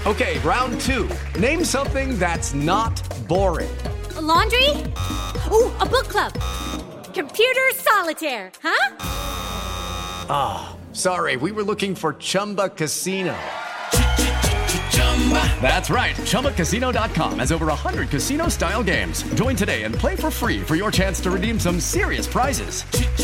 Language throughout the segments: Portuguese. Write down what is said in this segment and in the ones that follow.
Okay, round two. Name something that's not boring. A laundry? Ooh, a book club. Computer solitaire, huh? Ah, sorry, we were looking for Chumba Casino. That's right. ChumbaCasino.com has over 100 casino-style games. Join today and play for free for your chance to redeem some serious prizes.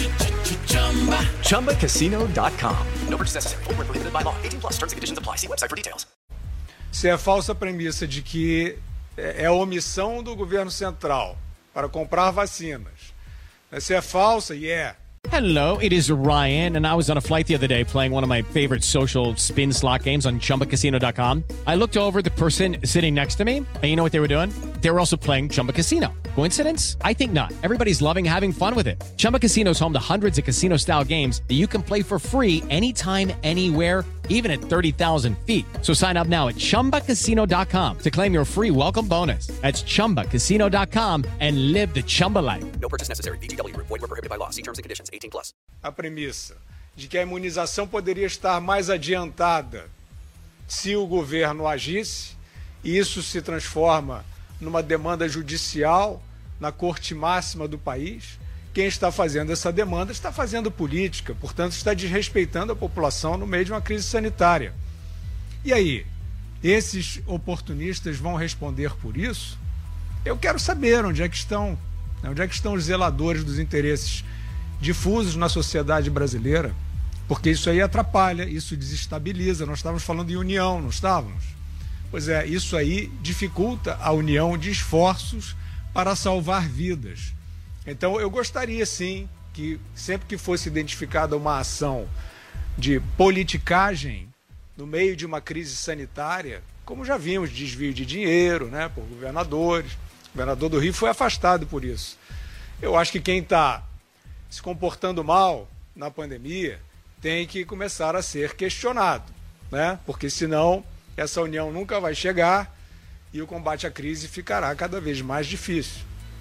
ChumbaCasino.com. No purchase necessary. Void where prohibited by law. 18 plus. Terms and conditions apply. See website for details. Se é a falsa premissa de que é a omissão do governo central para comprar vacinas. Se é falsa, e é. Hello, it is Ryan, and I was on a flight the other day playing one of my favorite social spin slot games on ChumbaCasino.com. I looked over at the person sitting next to me, and you know what they were doing? They were also playing Chumba Casino. Coincidence? I think not. Everybody's loving having fun with it. Chumba Casino is home to hundreds of casino-style games that you can play for free anytime, anywhere, even at 30,000 feet. So sign up now at ChumbaCasino.com to claim your free welcome bonus. That's ChumbaCasino.com and live the Chumba life. No purchase necessary. VGW. Void where prohibited by law. See terms and conditions. 18 plus. A premissa de que a imunização poderia estar mais adiantada se o governo agisse, e isso se transforma numa demanda judicial na corte máxima do país. Quem está fazendo essa demanda está fazendo política, portanto está desrespeitando a população no meio de uma crise sanitária. E aí, esses oportunistas vão responder por isso? Eu quero saber onde é que estão os zeladores dos interesses difusos na sociedade brasileira, porque isso aí atrapalha, isso desestabiliza. Nós estávamos falando de união, não estávamos? Pois é, isso aí dificulta a união de esforços para salvar vidas. Então eu gostaria sim que sempre que fosse identificada uma ação de politicagem no meio de uma crise sanitária, como já vimos, desvio de dinheiro, né, por governadores, o governador do Rio foi afastado por isso. Eu acho que quem está se comportando mal na pandemia tem que começar a ser questionado, né? Porque senão essa união nunca vai chegar e o combate à crise ficará cada vez mais difícil.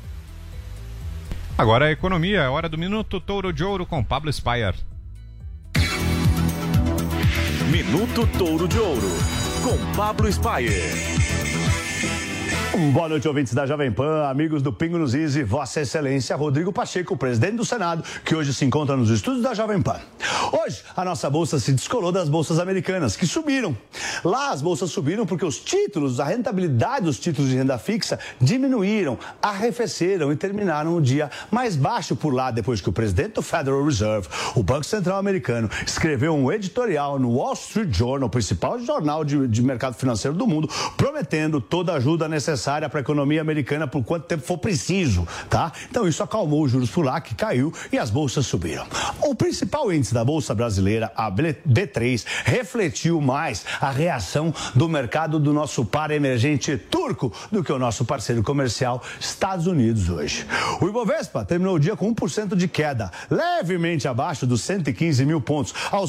Agora a economia, é hora do Minuto Touro de Ouro com Pablo Spyer. Minuto Touro de Ouro com Pablo Spyer. Boa noite, ouvintes da Jovem Pan, amigos do Pingo nos Is e Vossa Excelência Rodrigo Pacheco, presidente do Senado, que hoje se encontra nos estúdios da Jovem Pan. Hoje, a nossa bolsa se descolou das bolsas americanas, que subiram. Lá, as bolsas subiram porque os títulos, a rentabilidade dos títulos de renda fixa diminuíram, arrefeceram e terminaram o dia mais baixo por lá, depois que o presidente do Federal Reserve, o Banco Central americano, escreveu um editorial no Wall Street Journal, o principal jornal de mercado financeiro do mundo, prometendo toda a ajuda necessária para a economia americana por quanto tempo for preciso, tá? Então isso acalmou os juros por lá, que caiu, e as bolsas subiram. O principal índice da bolsa brasileira, a B3, refletiu mais a reação do mercado do nosso par emergente turco do que o nosso parceiro comercial Estados Unidos hoje. O Ibovespa terminou o dia com 1% de queda, levemente abaixo dos 115 mil pontos, aos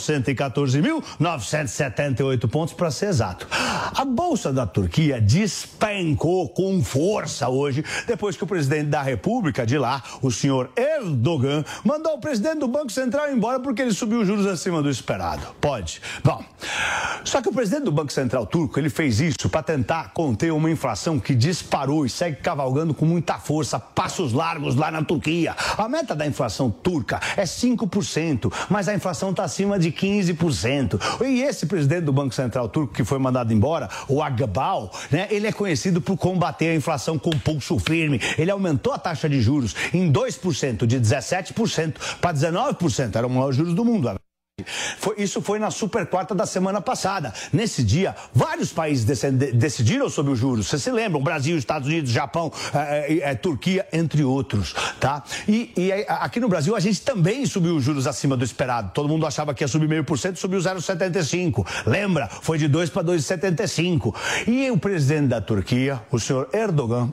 114.978 pontos para ser exato. A bolsa da Turquia despencou com força hoje, depois que o presidente da República de lá, o senhor Erdogan, mandou o presidente do Banco Central embora porque ele subiu os juros acima do esperado. Pode. Bom, só que o presidente do Banco Central turco, ele fez isso para tentar conter uma inflação que disparou e segue cavalgando com muita força, passos largos lá na Turquia. A meta da inflação turca é 5%, mas a inflação está acima de 15%. E esse presidente do Banco Central turco que foi mandado embora, o Akbal, né, ele é conhecido por combater a inflação com pulso firme. Ele aumentou a taxa de juros em 2%, de 17% para 19%. Eram os maiores juros do mundo. Isso foi na super quarta da semana passada. Nesse dia, vários países decidiram sobre os juros. Vocês se lembram? Brasil, Estados Unidos, Japão, Turquia, entre outros, tá? E aqui no Brasil, a gente também subiu os juros acima do esperado. Todo mundo achava que ia subir 0,5%, subiu 0,75%. Lembra? Foi de 2 para 2,75%. E o presidente da Turquia, o senhor Erdogan, ele não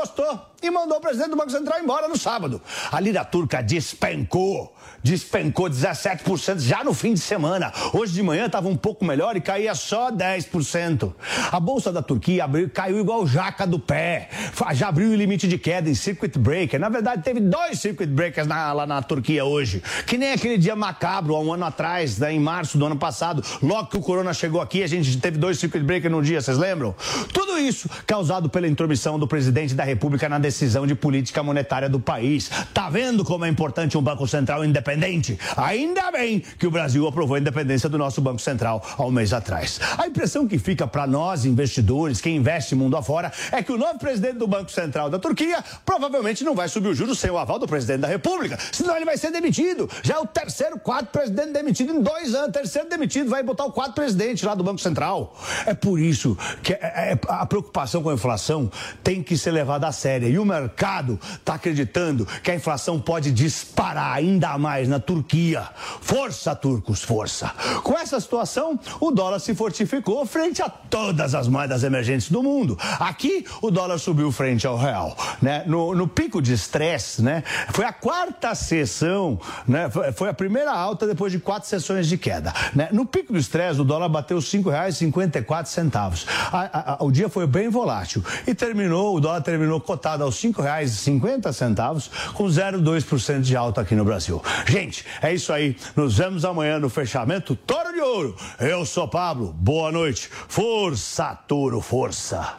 gostou e mandou o presidente do Banco Central embora no sábado. A lira turca despencou 17% já no fim de semana. Hoje de manhã estava um pouco melhor e caía só 10%. A bolsa da Turquia caiu igual jaca do pé. Já abriu o limite de queda em circuit breaker. Na verdade, teve 2 circuit breakers lá na Turquia hoje. Que nem aquele dia macabro, há um ano atrás, né, em março do ano passado. Logo que o corona chegou aqui, a gente teve 2 circuit breakers num dia, vocês lembram? Tudo isso causado pela intromissão do presidente da República na decisão de política monetária do país. Tá vendo como é importante um Banco Central independente? Ainda bem que o Brasil aprovou a independência do nosso Banco Central há um mês atrás. A impressão que fica para nós, investidores, quem investe mundo afora, é que o novo presidente do Banco Central da Turquia provavelmente não vai subir os juros sem o aval do presidente da República, senão ele vai ser demitido. Já é o terceiro, quarto presidente demitido em 2 anos. Terceiro demitido, vai botar o 4º presidente lá do Banco Central. É por isso que a preocupação com a inflação tem que ser levada a sério. E o mercado está acreditando que a inflação pode disparar ainda mais na Turquia. Força, turcos, força. Com essa situação, o dólar se fortificou frente a todas as moedas emergentes do mundo. Aqui, o dólar subiu frente ao real, né? No pico de estresse, né? Foi a 4ª sessão, né? Foi a primeira alta depois de 4 sessões de queda, né? No pico do estresse, o dólar bateu R$ 5,54. O dia foi bem volátil e o dólar terminou cotado aos R$ 5,50, com 0,2% de alta aqui no Brasil. Gente, é isso aí. Nos vemos amanhã no fechamento Touro de Ouro. Eu sou Pablo. Boa noite. Força, Touro, força.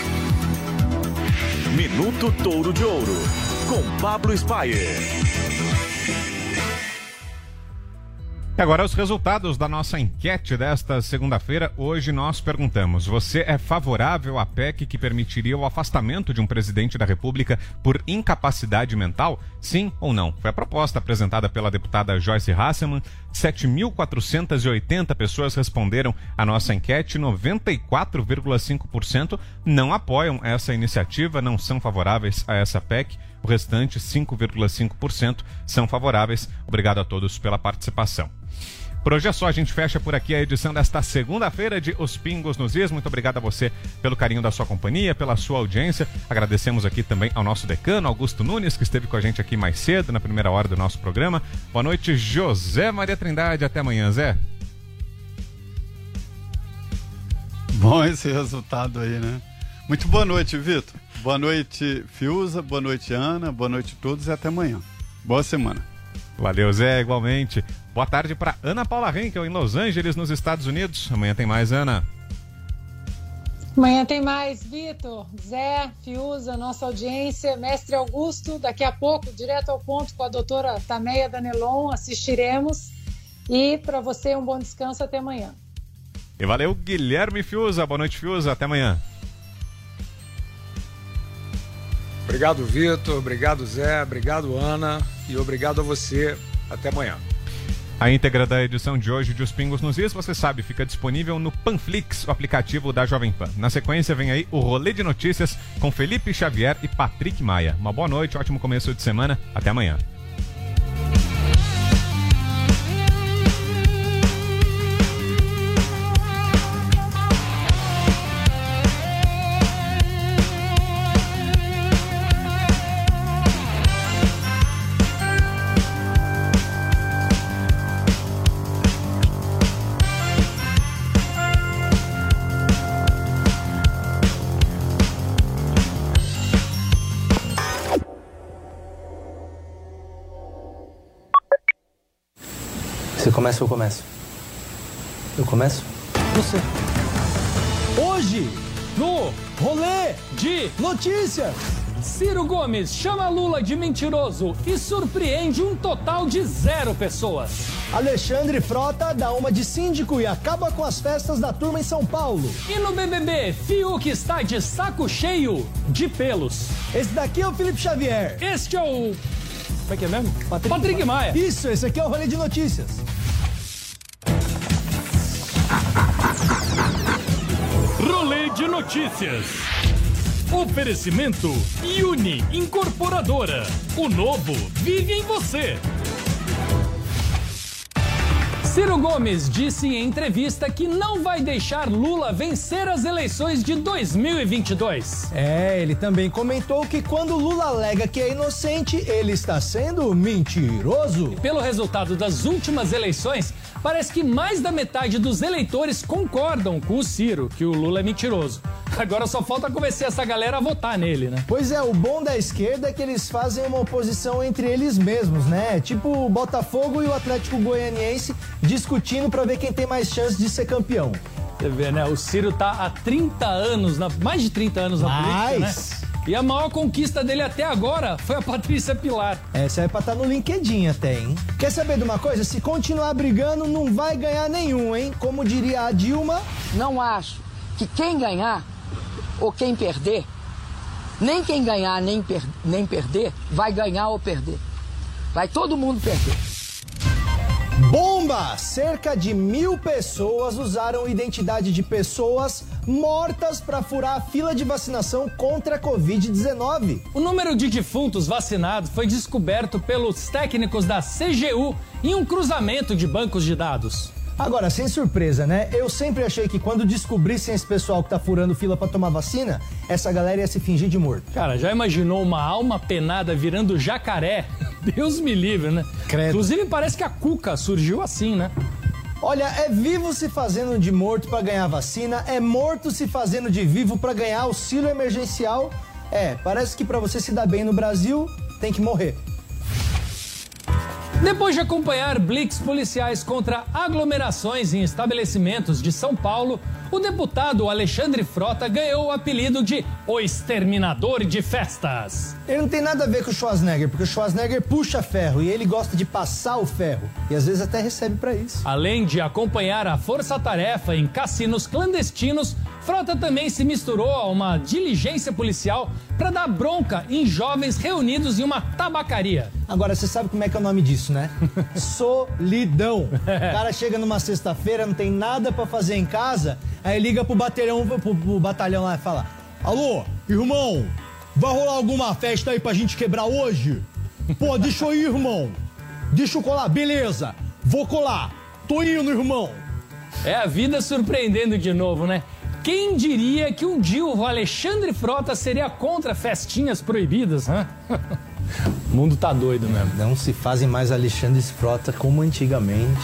Minuto Touro de Ouro, com Pablo Spyer. E agora os resultados da nossa enquete desta segunda-feira. Hoje nós perguntamos: você é favorável à PEC que permitiria o afastamento de um presidente da República por incapacidade mental? Sim ou não? Foi a proposta apresentada pela deputada Joyce Hasselmann. 7.480 pessoas responderam à nossa enquete. 94,5% não apoiam essa iniciativa, não são favoráveis a essa PEC. O restante, 5,5%, são favoráveis. Obrigado a todos pela participação. Por hoje é só, a gente fecha por aqui a edição desta segunda-feira de Os Pingos nos Is. Muito obrigado a você pelo carinho da sua companhia, pela sua audiência. Agradecemos aqui também ao nosso decano, Augusto Nunes, que esteve com a gente aqui mais cedo, na primeira hora do nosso programa. Boa noite, José Maria Trindade. Até amanhã, Zé. Bom esse resultado aí, né? Muito boa noite, Vitor. Boa noite, Fiuza. Boa noite, Ana. Boa noite a todos e até amanhã. Boa semana. Valeu, Zé, igualmente. Boa tarde para Ana Paula Henkel, em Los Angeles, nos Estados Unidos. Amanhã tem mais, Ana. Amanhã tem mais, Vitor, Zé, Fiuza, nossa audiência, Mestre Augusto. Daqui a pouco, direto ao ponto com a doutora Tameia Danelon, assistiremos. E para você, um bom descanso até amanhã. E valeu, Guilherme Fiuza. Boa noite, Fiuza. Até amanhã. Obrigado, Vitor. Obrigado, Zé. Obrigado, Ana. E obrigado a você. Até amanhã. A íntegra da edição de hoje de Os Pingos nos Is, você sabe, fica disponível no Panflix, o aplicativo da Jovem Pan. Na sequência vem aí o Rolê de Notícias com Felipe Xavier e Patrick Maia. Uma boa noite, ótimo começo de semana. Até amanhã. Você começa ou eu começo? Eu começo? Você. Hoje, no Rolê de Notícias, Ciro Gomes chama Lula de mentiroso e surpreende um total de 0 pessoas. Alexandre Frota dá uma de síndico e acaba com as festas da turma em São Paulo. E no BBB, Fiuk está de saco cheio de pelos. Esse daqui é o Felipe Xavier. Este é o... Como é que é mesmo? Patrick Maia. Isso, esse aqui é o Rolê de Notícias. Rolê de Notícias. Oferecimento Uni Incorporadora. O novo vive em você. Ciro Gomes disse em entrevista que não vai deixar Lula vencer as eleições de 2022. Ele também comentou que quando Lula alega que é inocente, ele está sendo mentiroso. Pelo resultado das últimas eleições, parece que mais da metade dos eleitores concordam com o Ciro, que o Lula é mentiroso. Agora só falta convencer essa galera a votar nele, né? Pois é, o bom da esquerda é que eles fazem uma oposição entre eles mesmos, né? Tipo o Botafogo e o Atlético Goianiense discutindo pra ver quem tem mais chance de ser campeão. Você vê, né? O Ciro tá há 30 anos, mais de 30 anos na política, né? E a maior conquista dele até agora foi a Patrícia Pilar. Essa é pra estar no LinkedIn até, hein? Quer saber de uma coisa? Se continuar brigando, não vai ganhar nenhum, hein? Como diria a Dilma... Não acho que quem ganhar ou quem perder, nem quem ganhar nem perder, vai ganhar ou perder. Vai todo mundo perder. Bomba! Cerca de 1.000 pessoas usaram identidade de pessoas mortas para furar a fila de vacinação contra a Covid-19. O número de defuntos vacinados foi descoberto pelos técnicos da CGU em um cruzamento de bancos de dados. Agora, sem surpresa, né? Eu sempre achei que quando descobrissem esse pessoal que tá furando fila pra tomar vacina, essa galera ia se fingir de morto. Cara, já imaginou uma alma penada virando jacaré? Deus me livre, né? Credo. Inclusive, parece que a Cuca surgiu assim, né? Olha, é vivo se fazendo de morto pra ganhar vacina, é morto se fazendo de vivo pra ganhar auxílio emergencial. Parece que pra você se dar bem no Brasil, tem que morrer. Depois de acompanhar blitz policiais contra aglomerações em estabelecimentos de São Paulo, o deputado Alexandre Frota ganhou o apelido de O Exterminador de Festas. Ele não tem nada a ver com o Schwarzenegger, porque o Schwarzenegger puxa ferro e ele gosta de passar o ferro. E às vezes até recebe pra isso. Além de acompanhar a força-tarefa em cassinos clandestinos, Frota também se misturou a uma diligência policial para dar bronca em jovens reunidos em uma tabacaria. Agora, você sabe como é que é o nome disso, né? Solidão. O cara chega numa sexta-feira, não tem nada pra fazer em casa, aí liga pro batalhão lá e fala: alô, irmão, vai rolar alguma festa aí pra gente quebrar hoje? Pô, deixa eu ir, irmão. Deixa eu colar, beleza. Vou colar. Tô indo, irmão. É a vida surpreendendo de novo, né? Quem diria que um dia o Alexandre Frota seria contra festinhas proibidas, né? O mundo tá doido mesmo. Não se fazem mais Alexandre Frota como antigamente.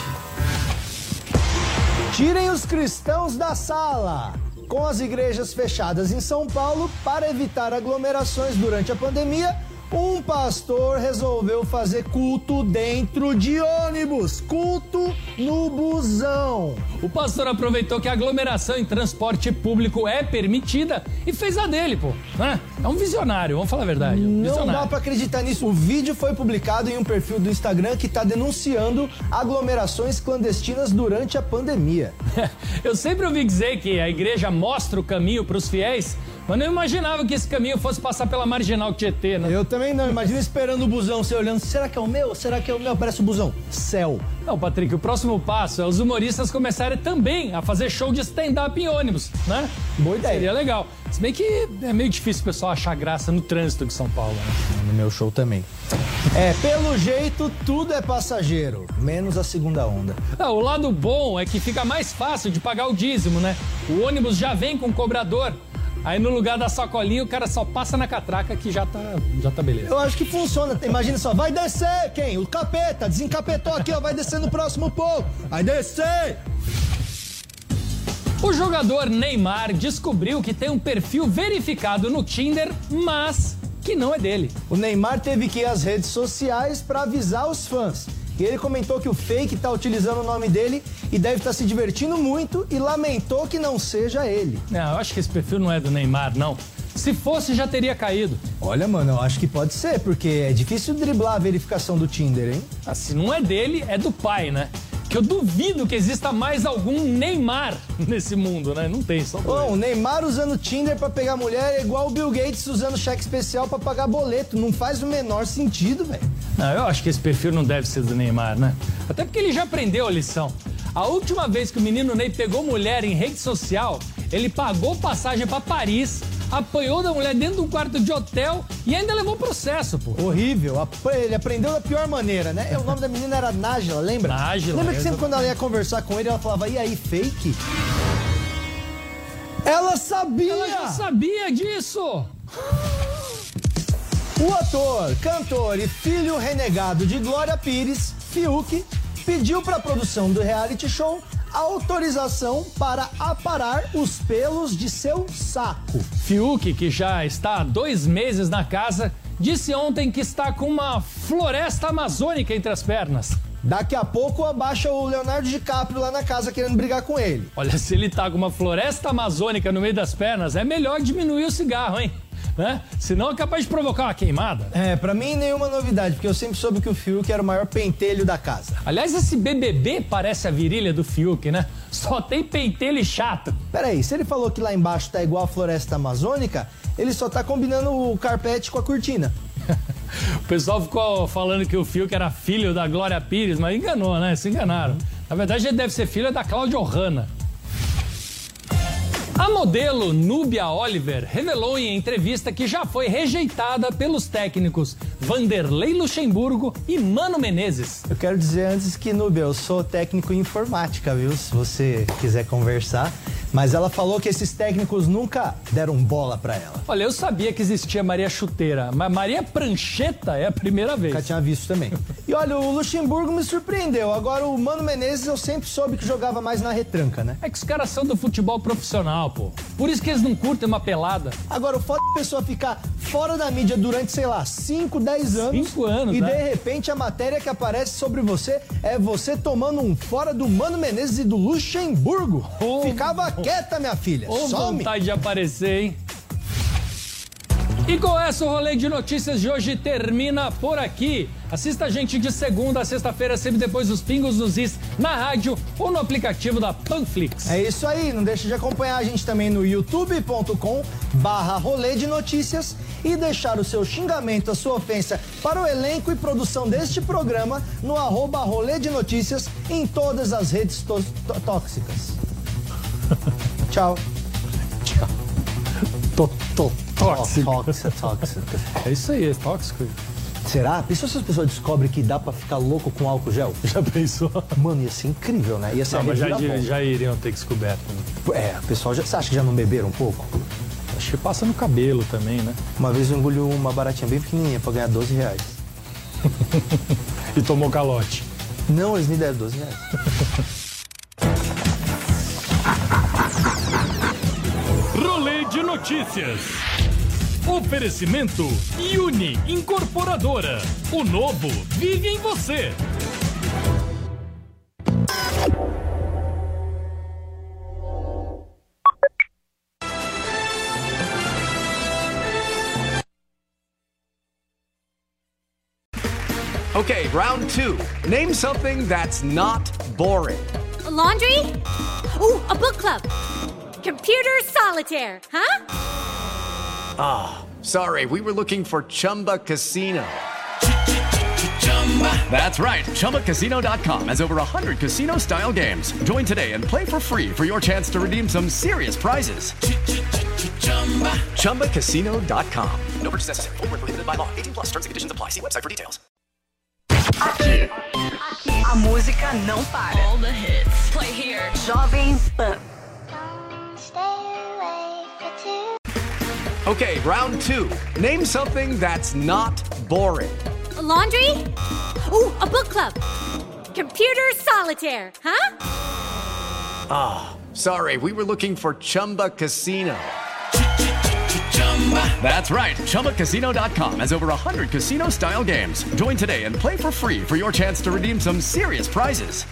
Tirem os cristãos da sala! Com as igrejas fechadas em São Paulo, para evitar aglomerações durante a pandemia, um pastor resolveu fazer culto dentro de ônibus. Culto no busão. O pastor aproveitou que a aglomeração em transporte público é permitida e fez a dele, pô. É um visionário, vamos falar a verdade. Não dá pra acreditar nisso. O vídeo foi publicado em um perfil do Instagram que tá denunciando aglomerações clandestinas durante a pandemia. Eu sempre ouvi dizer que a igreja mostra o caminho pros fiéis, mas não imaginava que esse caminho fosse passar pela Marginal Tietê, né? Eu também não. Imagina esperando o busão, você olhando. Será que é o meu? Será que é o meu? Parece o busão. Céu. Não, Patrick, o próximo passo é os humoristas começarem também a fazer show de stand-up em ônibus, né? Boa ideia. Seria legal. Se bem que é meio difícil o pessoal achar graça no trânsito de São Paulo, né? No meu show também. Pelo jeito, tudo é passageiro, menos a segunda onda. O lado bom é que fica mais fácil de pagar o dízimo, né? O ônibus já vem com cobrador. Aí no lugar da sacolinha o cara só passa na catraca que já tá beleza. Eu acho que funciona. Imagina só, vai descer quem? O capeta, desencapetou aqui, ó, vai descer no próximo povo. Vai descer! O jogador Neymar descobriu que tem um perfil verificado no Tinder, mas que não é dele. O Neymar teve que ir às redes sociais para avisar os fãs. E ele comentou que o fake tá utilizando o nome dele e deve estar se divertindo muito e lamentou que não seja ele. Não, eu acho que esse perfil não é do Neymar, não. Se fosse, já teria caído. Olha, mano, eu acho que pode ser, porque é difícil driblar a verificação do Tinder, hein? Se não é dele, é do pai, né? Que eu duvido que exista mais algum Neymar nesse mundo, né? Não tem, só dois. Bom, o Neymar usando Tinder pra pegar mulher é igual o Bill Gates usando cheque especial pra pagar boleto. Não faz o menor sentido, velho. Não, eu acho que esse perfil não deve ser do Neymar, né? Até porque ele já aprendeu a lição. A última vez que o menino Ney pegou mulher em rede social, ele pagou passagem pra Paris, apanhou da mulher dentro de um quarto de hotel e ainda levou processo, pô. Horrível. Ele aprendeu da pior maneira, né? O nome da menina era Nájila, lembra? Nájila. Lembra que sempre quando ela ia conversar com ele, ela falava, e aí, fake? Ela sabia! Ela já sabia disso! O ator, cantor e filho renegado de Glória Pires, Fiuk, pediu para a produção do reality show autorização para aparar os pelos de seu saco. Fiuk, que já está há 2 meses na casa, disse ontem que está com uma floresta amazônica entre as pernas. Daqui a pouco abaixa o Leonardo DiCaprio lá na casa querendo brigar com ele. Olha, se ele tá com uma floresta amazônica no meio das pernas, é melhor diminuir o cigarro, hein? Né? Senão é capaz de provocar uma queimada. Pra mim nenhuma novidade, porque eu sempre soube que o Fiuk era o maior pentelho da casa. Aliás, esse BBB parece a virilha do Fiuk, né? Só tem pentelho chato. Peraí, se ele falou que lá embaixo tá igual a floresta amazônica, ele só tá combinando o carpete com a cortina. O pessoal ficou falando que o Fiuk era filho da Glória Pires, mas enganou, né? Se enganaram. Na verdade, ele deve ser filho da Cláudia Ohana. A modelo Núbia Oliver revelou em entrevista que já foi rejeitada pelos técnicos Vanderlei Luxemburgo e Mano Menezes. Eu quero dizer antes que, Núbia, eu sou técnico em informática, viu? Se você quiser conversar. Mas ela falou que esses técnicos nunca deram bola pra ela. Olha, eu sabia que existia Maria Chuteira, mas Maria Prancheta é a primeira vez. Nunca tinha visto também. E olha, o Luxemburgo me surpreendeu. Agora, o Mano Menezes eu sempre soube que jogava mais na retranca, né? É que os caras são do futebol profissional, pô. Por isso que eles não curtem uma pelada. Agora, o foda é a pessoa ficar fora da mídia durante, sei lá, 5, 10 anos. 5 anos, e né? de repente a matéria que aparece sobre você é você tomando um fora do Mano Menezes e do Luxemburgo. Ficava quieta, minha filha. Some. Vontade de aparecer, hein? E com essa, o Rolê de Notícias de hoje termina por aqui. Assista a gente de segunda a sexta-feira, sempre depois dos Pingos nos Is, na rádio ou no aplicativo da Panflix. É isso aí, não deixe de acompanhar a gente também no youtube.com/Rolê de Notícias e deixar o seu xingamento, a sua ofensa para o elenco e produção deste programa no @Rolê de Notícias em todas as redes tóxicas. Tchau. Tchau. Tóxico. Tóxico. É isso aí, é tóxico. Será? Pensou se as pessoas descobrem que dá pra ficar louco com álcool gel? Já pensou? Mano, ia ser incrível, né? Ia ser mas já iriam ter descoberto. Né? O pessoal você acha que já não beberam um pouco? Acho que passa no cabelo também, né? Uma vez eu engoli uma baratinha bem pequenininha pra ganhar R$12. E tomou calote. Não, eles me deram R$12. Rolê de Notícias. Oferecimento Uni Incorporadora. O novo vive em você. Okay, round 2. Name something that's not boring. A laundry? Ooh, a book club. Computer solitaire, huh? Ah, sorry, we were looking for Chumba Casino. That's right, ChumbaCasino.com has over 100 casino-style games. Join today and play for free for your chance to redeem some serious prizes. ChumbaCasino.com. No purchase necessary. Void where prohibited by law. 18+ terms and conditions apply. See website for details. Aqui, a música não para. All the hits. Play here. Jovem Pan. Okay, round 2. Name something that's not boring. A laundry? Ooh, a book club. Computer solitaire, huh? Ah, sorry, we were looking for Chumba Casino. That's right, ChumbaCasino.com has over 100 casino-style games. Join today and play for free for your chance to redeem some serious prizes.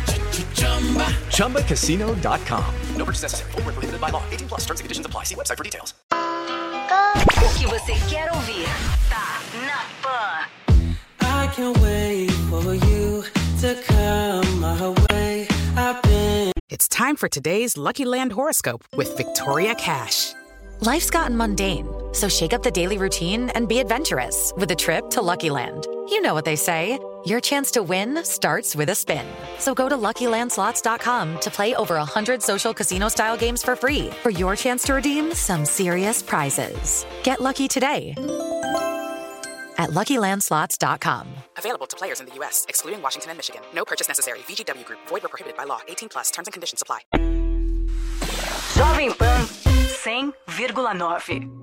ChumbaCasino.com. No purchase necessary. Void where prohibited by law. 18+ terms and conditions apply. See website for details. O que você quer ouvir tá na Pan. I can't wait for you to come my way. It's time for today's Lucky Land horoscope with Victoria Cash. Life's gotten mundane, so shake up the daily routine and be adventurous with a trip to Lucky Land. You know what they say. your chance to win starts with a spin. So go to LuckyLandSlots.com to play over 100 social casino-style games for free for your chance to redeem some serious prizes. Get lucky today at LuckyLandSlots.com. Available to players in the U.S., excluding Washington and Michigan. No purchase necessary. VGW Group. Void where prohibited by law. 18+. Terms and conditions apply. Jovem Pan 100,9.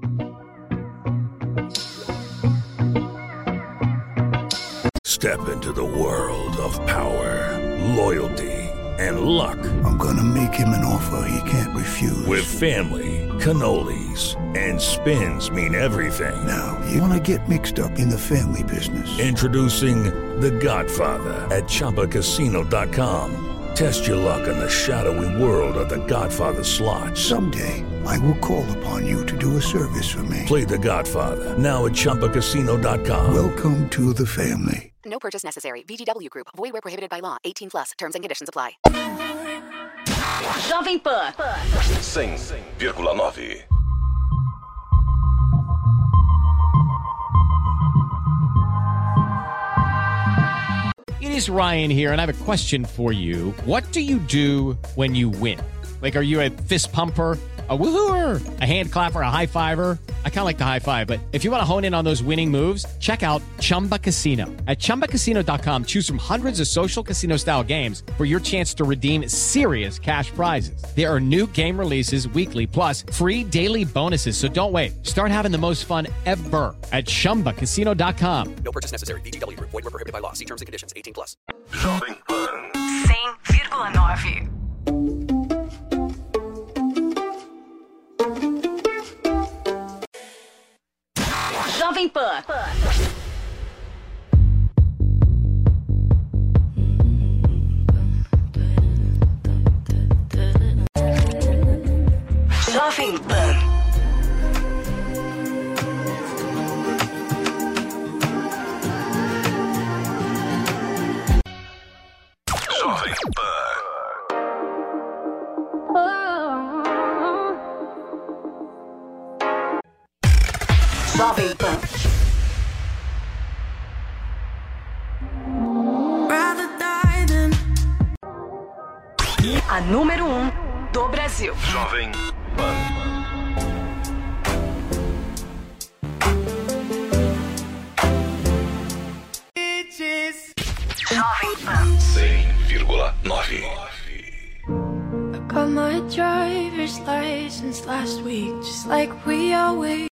Step into the world of power, loyalty, and luck. I'm gonna make him an offer he can't refuse. With family, cannolis, and spins mean everything. Now, you wanna get mixed up in the family business. Introducing The Godfather at ChumbaCasino.com. Test your luck in the shadowy world of The Godfather slot. Someday, I will call upon you to do a service for me. Play The Godfather, now at ChumbaCasino.com. Welcome to the family. No purchase necessary. VGW Group. Void where prohibited by law. 18+. Terms and conditions apply. Jovem Pan 100,9. It is Ryan here, and I have a question for you. What do you do when you win? Like, are you a fist pumper, a woohooer, a hand clapper, a high fiver? I kind of like the high five, but if you want to hone in on those winning moves, check out Chumba Casino. At ChumbaCasino.com, choose from hundreds of social casino-style games for your chance to redeem serious cash prizes. There are new game releases weekly, plus free daily bonuses, so don't wait. Start having the most fun ever at ChumbaCasino.com. No purchase necessary. VGW Group. Void where prohibited by law. See terms and conditions. 18+. Jovem Pan 100,9. Jovem Pan. Jovem Pan. Jovem Pan. Jovem Pan. A número 1 do Brasil. Jovem Pan. Jovem Pan 100,9. Got my driver's license last week, just like we always